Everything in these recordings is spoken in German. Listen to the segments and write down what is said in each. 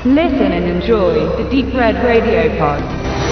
Listen and enjoy the Deep Red Radio Pod.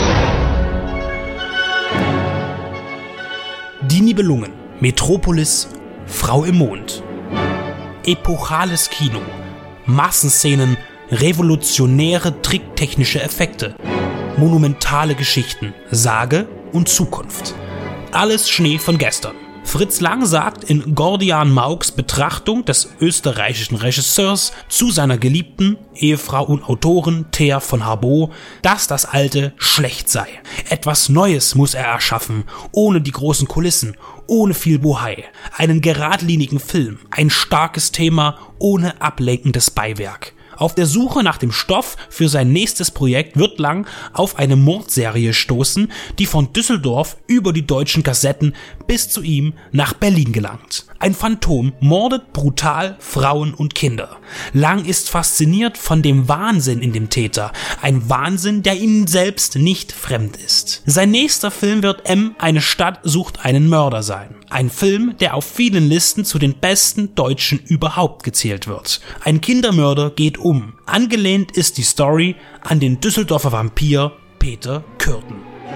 Die Nibelungen, Metropolis, Frau im Mond. Epochales Kino, Massenszenen, revolutionäre tricktechnische Effekte, monumentale Geschichten, Sage und Zukunft. Alles Schnee von gestern. Fritz Lang sagt in Gordian Mauks Betrachtung des österreichischen Regisseurs zu seiner geliebten Ehefrau und Autorin Thea von Harbou, dass das Alte schlecht sei. Etwas Neues muss er erschaffen, ohne die großen Kulissen, ohne viel Bohai. Einen geradlinigen Film, ein starkes Thema, ohne ablenkendes Beiwerk. Auf der Suche nach dem Stoff für sein nächstes Projekt wird Lang auf eine Mordserie stoßen, die von Düsseldorf über die deutschen Kassetten bis zu ihm nach Berlin gelangt. Ein Phantom mordet brutal Frauen und Kinder. Lang ist fasziniert von dem Wahnsinn in dem Täter, ein Wahnsinn, der ihm selbst nicht fremd ist. Sein nächster Film wird Eine Stadt sucht einen Mörder sein. Ein Film, der auf vielen Listen zu den besten Deutschen überhaupt gezählt wird. Ein Kindermörder geht um. Angelehnt ist die Story an den Düsseldorfer Vampir Peter Kürten.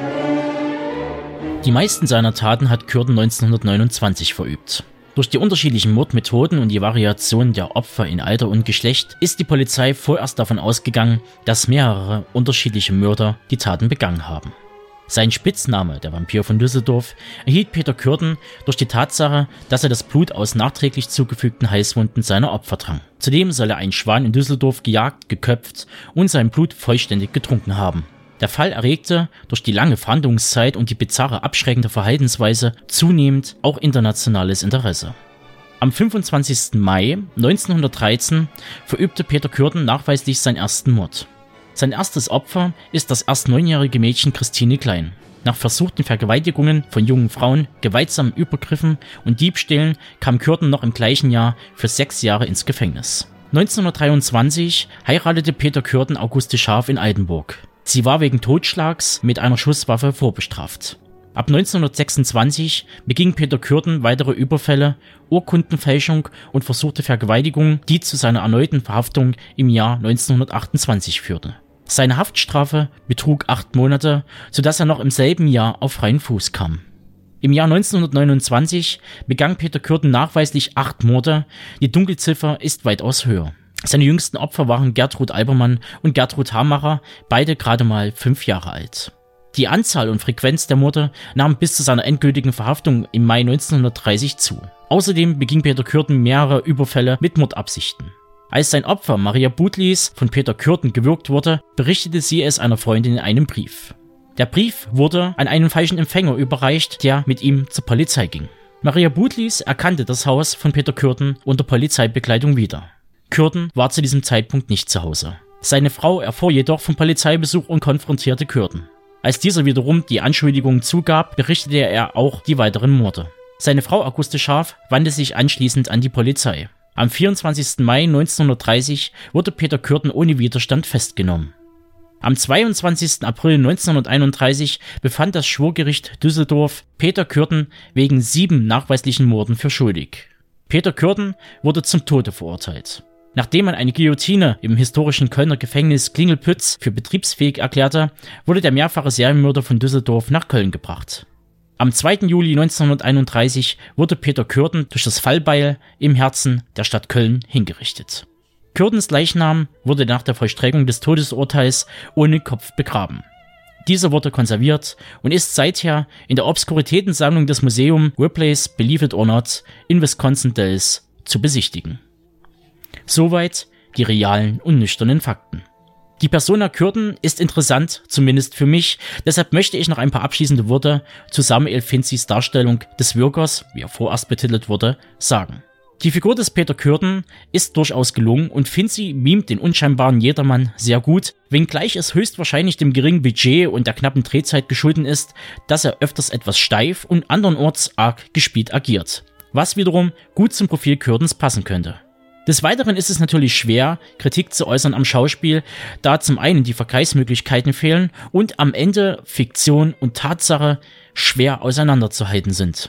Die meisten seiner Taten hat Kürten 1929 verübt. Durch die unterschiedlichen Mordmethoden und die Variation der Opfer in Alter und Geschlecht ist die Polizei vorerst davon ausgegangen, dass mehrere unterschiedliche Mörder die Taten begangen haben. Sein Spitzname, der Vampir von Düsseldorf, erhielt Peter Kürten durch die Tatsache, dass er das Blut aus nachträglich zugefügten Halswunden seiner Opfer trank. Zudem soll er einen Schwan in Düsseldorf gejagt, geköpft und sein Blut vollständig getrunken haben. Der Fall erregte durch die lange Fahndungszeit und die bizarre abschreckende Verhaltensweise zunehmend auch internationales Interesse. Am 25. Mai 1913 verübte Peter Kürten nachweislich seinen ersten Mord. Sein erstes Opfer ist das erst 9-jährige Mädchen Christine Klein. Nach versuchten Vergewaltigungen von jungen Frauen, gewaltsamen Übergriffen und Diebstählen kam Kürten noch im gleichen Jahr für 6 Jahre ins Gefängnis. 1923 heiratete Peter Kürten Auguste Scharf in Altenburg. Sie war wegen Totschlags mit einer Schusswaffe vorbestraft. Ab 1926 beging Peter Kürten weitere Überfälle, Urkundenfälschung und versuchte Vergewaltigung, die zu seiner erneuten Verhaftung im Jahr 1928 führte. Seine Haftstrafe betrug 8 Monate, sodass er noch im selben Jahr auf freien Fuß kam. Im Jahr 1929 begann Peter Kürten nachweislich 8 Morde, die Dunkelziffer ist weitaus höher. Seine jüngsten Opfer waren Gertrud Albermann und Gertrud Hamacher, beide gerade mal 5 Jahre alt. Die Anzahl und Frequenz der Morde nahm bis zu seiner endgültigen Verhaftung im Mai 1930 zu. Außerdem beging Peter Kürten mehrere Überfälle mit Mordabsichten. Als sein Opfer Maria Budlies von Peter Kürten gewürgt wurde, berichtete sie es einer Freundin in einem Brief. Der Brief wurde an einen falschen Empfänger überreicht, der mit ihm zur Polizei ging. Maria Budlies erkannte das Haus von Peter Kürten unter Polizeibegleitung wieder. Kürten war zu diesem Zeitpunkt nicht zu Hause. Seine Frau erfuhr jedoch vom Polizeibesuch und konfrontierte Kürten. Als dieser wiederum die Anschuldigungen zugab, berichtete er auch die weiteren Morde. Seine Frau Auguste Scharf wandte sich anschließend an die Polizei. Am 24. Mai 1930 wurde Peter Kürten ohne Widerstand festgenommen. Am 22. April 1931 befand das Schwurgericht Düsseldorf Peter Kürten wegen 7 nachweislichen Morden für schuldig. Peter Kürten wurde zum Tode verurteilt. Nachdem man eine Guillotine im historischen Kölner Gefängnis Klingelpütz für betriebsfähig erklärte, wurde der mehrfache Serienmörder von Düsseldorf nach Köln gebracht. Am 2. Juli 1931 wurde Peter Kürten durch das Fallbeil im Herzen der Stadt Köln hingerichtet. Kürtens Leichnam wurde nach der Vollstreckung des Todesurteils ohne Kopf begraben. Dieser wurde konserviert und ist seither in der Obskuritätensammlung des Museum Ripley's Believe It or Not in Wisconsin Dells zu besichtigen. Soweit die realen und nüchternen Fakten. Die Persona Kürten ist interessant, zumindest für mich, deshalb möchte ich noch ein paar abschließende Worte zu Samuel Finzis Darstellung des Würgers, wie er vorerst betitelt wurde, sagen. Die Figur des Peter Kürten ist durchaus gelungen und Finzi mimt den unscheinbaren Jedermann sehr gut, wenngleich es höchstwahrscheinlich dem geringen Budget und der knappen Drehzeit geschuldet ist, dass er öfters etwas steif und andernorts arg gespielt agiert, was wiederum gut zum Profil Kürtens passen könnte. Des Weiteren ist es natürlich schwer, Kritik zu äußern am Schauspiel, da zum einen die Vergleichsmöglichkeiten fehlen und am Ende Fiktion und Tatsache schwer auseinanderzuhalten sind.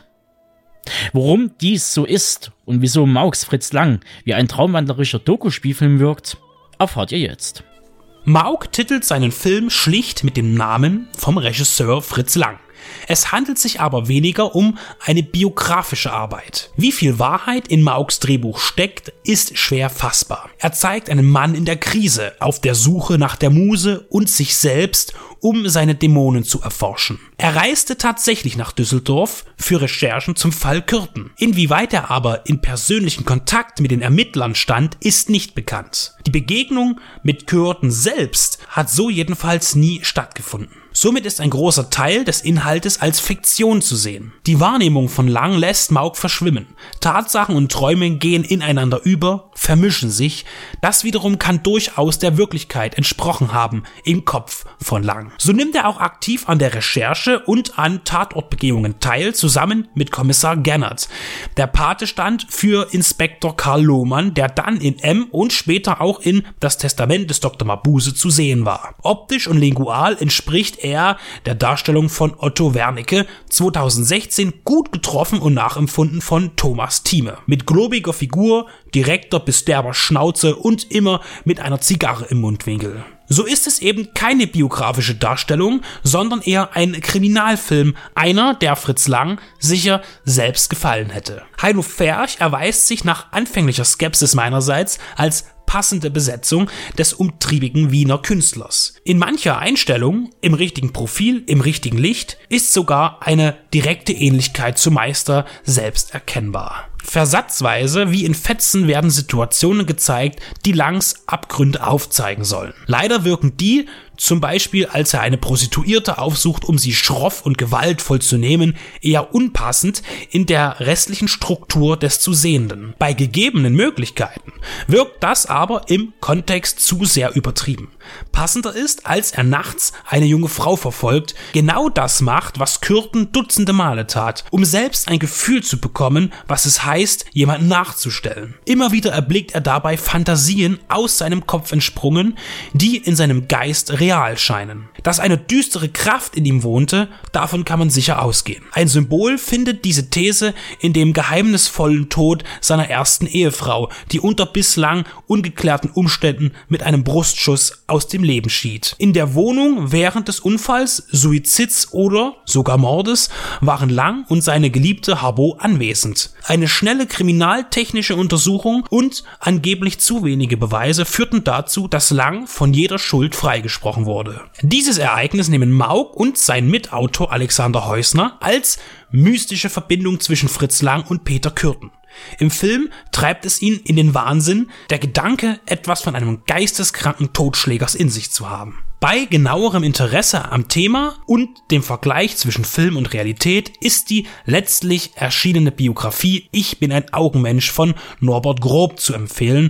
Warum dies so ist und wieso Mauks Fritz Lang wie ein traumwandlerischer Doku-Spielfilm wirkt, erfahrt ihr jetzt. Mauk titelt seinen Film schlicht mit dem Namen vom Regisseur Fritz Lang. Es handelt sich aber weniger um eine biografische Arbeit. Wie viel Wahrheit in Mauks Drehbuch steckt, ist schwer fassbar. Er zeigt einen Mann in der Krise, auf der Suche nach der Muse und sich selbst, um seine Dämonen zu erforschen. Er reiste tatsächlich nach Düsseldorf für Recherchen zum Fall Kürten. Inwieweit er aber in persönlichen Kontakt mit den Ermittlern stand, ist nicht bekannt. Die Begegnung mit Kürten selbst hat so jedenfalls nie stattgefunden. Somit ist ein großer Teil des Inhaltes als Fiktion zu sehen. Die Wahrnehmung von Lang lässt Mauk verschwimmen. Tatsachen und Träume gehen ineinander über, vermischen sich. Das wiederum kann durchaus der Wirklichkeit entsprochen haben im Kopf von Lang. So nimmt er auch aktiv an der Recherche und an Tatortbegehungen teil, zusammen mit Kommissar Gennert. Der Pate stand für Inspektor Karl Lohmann, der dann in M und später auch in Das Testament des Dr. Mabuse zu sehen war. Optisch und lingual entspricht er der Darstellung von Otto Wernicke, 2016 gut getroffen und nachempfunden von Thomas Thieme. Mit globiger Figur, direkter bis derber Schnauze und immer mit einer Zigarre im Mundwinkel. So ist es eben keine biografische Darstellung, sondern eher ein Kriminalfilm, einer, der Fritz Lang sicher selbst gefallen hätte. Heino Ferch erweist sich nach anfänglicher Skepsis meinerseits als passende Besetzung des umtriebigen Wiener Künstlers. In mancher Einstellung, im richtigen Profil, im richtigen Licht, ist sogar eine direkte Ähnlichkeit zum Meister selbst erkennbar. Versatzweise wie in Fetzen werden Situationen gezeigt, die Langs Abgründe aufzeigen sollen. Leider wirken die, zum Beispiel als er eine Prostituierte aufsucht, um sie schroff und gewaltvoll zu nehmen, eher unpassend in der restlichen Struktur des zu Sehenden. Bei gegebenen Möglichkeiten wirkt das aber im Kontext zu sehr übertrieben. Passender ist, als er nachts eine junge Frau verfolgt, genau das macht, was Kürten dutzende Male tat, um selbst ein Gefühl zu bekommen, was es heißt, jemanden nachzustellen. Immer wieder erblickt er dabei Fantasien aus seinem Kopf entsprungen, die in seinem Geist real scheinen. Dass eine düstere Kraft in ihm wohnte, davon kann man sicher ausgehen. Ein Symbol findet diese These in dem geheimnisvollen Tod seiner ersten Ehefrau, die unter bislang ungeklärten Umständen mit einem Brustschuss aus dem Leben schied. In der Wohnung während des Unfalls, Suizids oder sogar Mordes waren Lang und seine Geliebte Harbot anwesend. Eine schnelle kriminaltechnische Untersuchung und angeblich zu wenige Beweise führten dazu, dass Lang von jeder Schuld freigesprochen wurde. Dieses Ereignis nehmen Mauk und sein Mitautor Alexander Heusner als mystische Verbindung zwischen Fritz Lang und Peter Kürten. Im Film treibt es ihn in den Wahnsinn, der Gedanke, etwas von einem geisteskranken Totschlägers in sich zu haben. Bei genauerem Interesse am Thema und dem Vergleich zwischen Film und Realität ist die letztlich erschienene Biografie Ich bin ein Augenmensch von Norbert Grob zu empfehlen,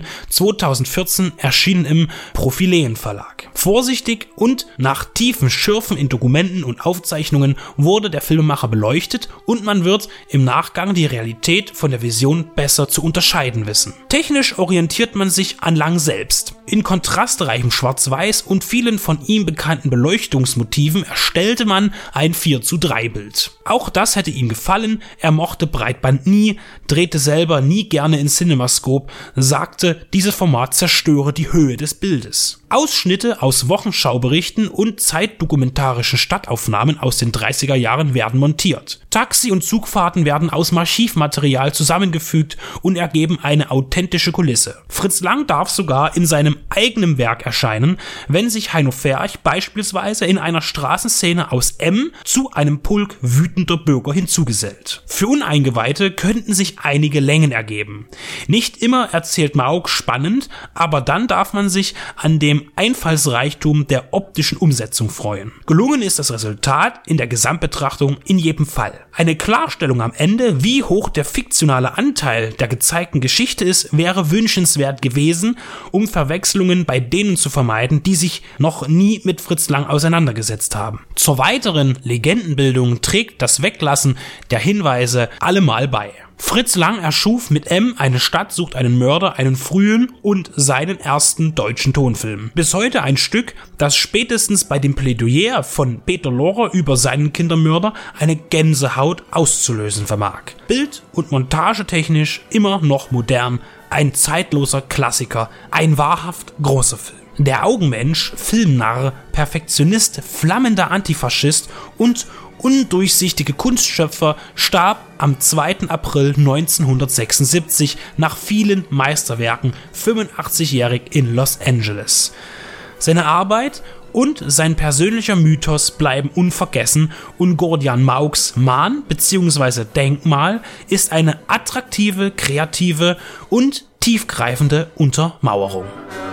2014 erschienen im Propyläen Verlag. Vorsichtig und nach tiefen Schürfen in Dokumenten und Aufzeichnungen wurde der Filmemacher beleuchtet und man wird im Nachgang die Realität von der Vision besser zu unterscheiden wissen. Technisch orientiert man sich an Lang selbst. In kontrastreichem Schwarz-Weiß und vielen von ihm bekannten Beleuchtungsmotiven erstellte man ein 4:3 Bild. Auch das hätte ihm gefallen, er mochte Breitband nie, drehte selber nie gerne in CinemaScope, sagte, dieses Format zerstöre die Höhe des Bildes. Ausschnitte aus Wochenschauberichten und zeitdokumentarischen Stadtaufnahmen aus den 30er Jahren werden montiert. Taxi- und Zugfahrten werden aus Archivmaterial zusammengefügt und ergeben eine authentische Kulisse. Fritz Lang darf sogar in seinem eigenen Werk erscheinen, wenn sich Heino Ferch beispielsweise in einer Straßenszene aus M zu einem Pulk wütender Bürger hinzugesellt. Für Uneingeweihte könnten sich einige Längen ergeben. Nicht immer erzählt Mauk spannend, aber dann darf man sich an dem Einfallsreichtum der optischen Umsetzung freuen. Gelungen ist das Resultat in der Gesamtbetrachtung in jedem Fall. Eine Klarstellung am Ende, wie hoch der fiktionale Anteil der gezeigten Geschichte ist, wäre wünschenswert gewesen, um Verwechslungen bei denen zu vermeiden, die sich noch nie mit Fritz Lang auseinandergesetzt haben. Zur weiteren Legendenbildung trägt das Weglassen der Hinweise allemal bei. Fritz Lang erschuf mit M Eine Stadt sucht einen Mörder, einen frühen und seinen ersten deutschen Tonfilm. Bis heute ein Stück, das spätestens bei dem Plädoyer von Peter Lorre über seinen Kindermörder eine Gänsehaut auszulösen vermag. Bild- und montagetechnisch immer noch modern, ein zeitloser Klassiker, ein wahrhaft großer Film. Der Augenmensch, Filmnarr, Perfektionist, flammender Antifaschist und undurchsichtige Kunstschöpfer starb am 2. April 1976 nach vielen Meisterwerken 85-jährig in Los Angeles. Seine Arbeit und sein persönlicher Mythos bleiben unvergessen und Gordian Mauks Mahn bzw. Denkmal ist eine attraktive, kreative und tiefgreifende Untermauerung.